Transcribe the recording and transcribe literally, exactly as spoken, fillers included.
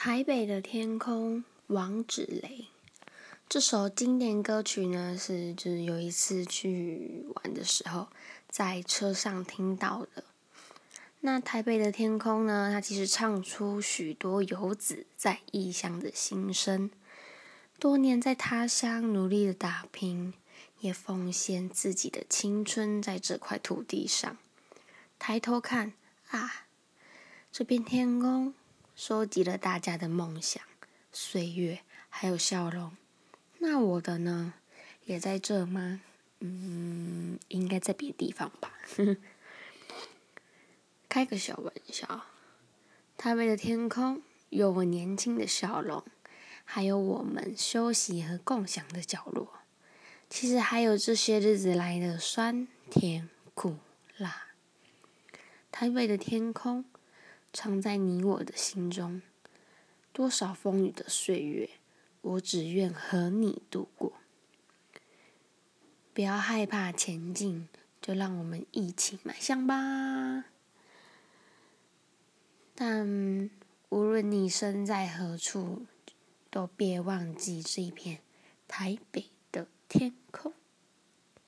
台北的天空，王芷蕾。这首经典歌曲呢，是就是有一次去玩的时候，在车上听到的。那台北的天空呢，它其实唱出许多游子在异乡的心声。多年在他乡努力的打拼，也奉献自己的青春在这块土地上。抬头看啊，这片天空收集了大家的梦想、岁月还有笑容。那我的呢，也在这吗？嗯，应该在别的地方吧。开个小玩笑，台北的天空有我年轻的笑容，还有我们休息和共享的角落。其实还有这些日子来的酸甜苦辣。台北的天空藏在你我的心中，多少风雨的岁月，我只愿和你度过。不要害怕前进，就让我们一起迈向吧。但无论你身在何处，都别忘记这一片台北的天空。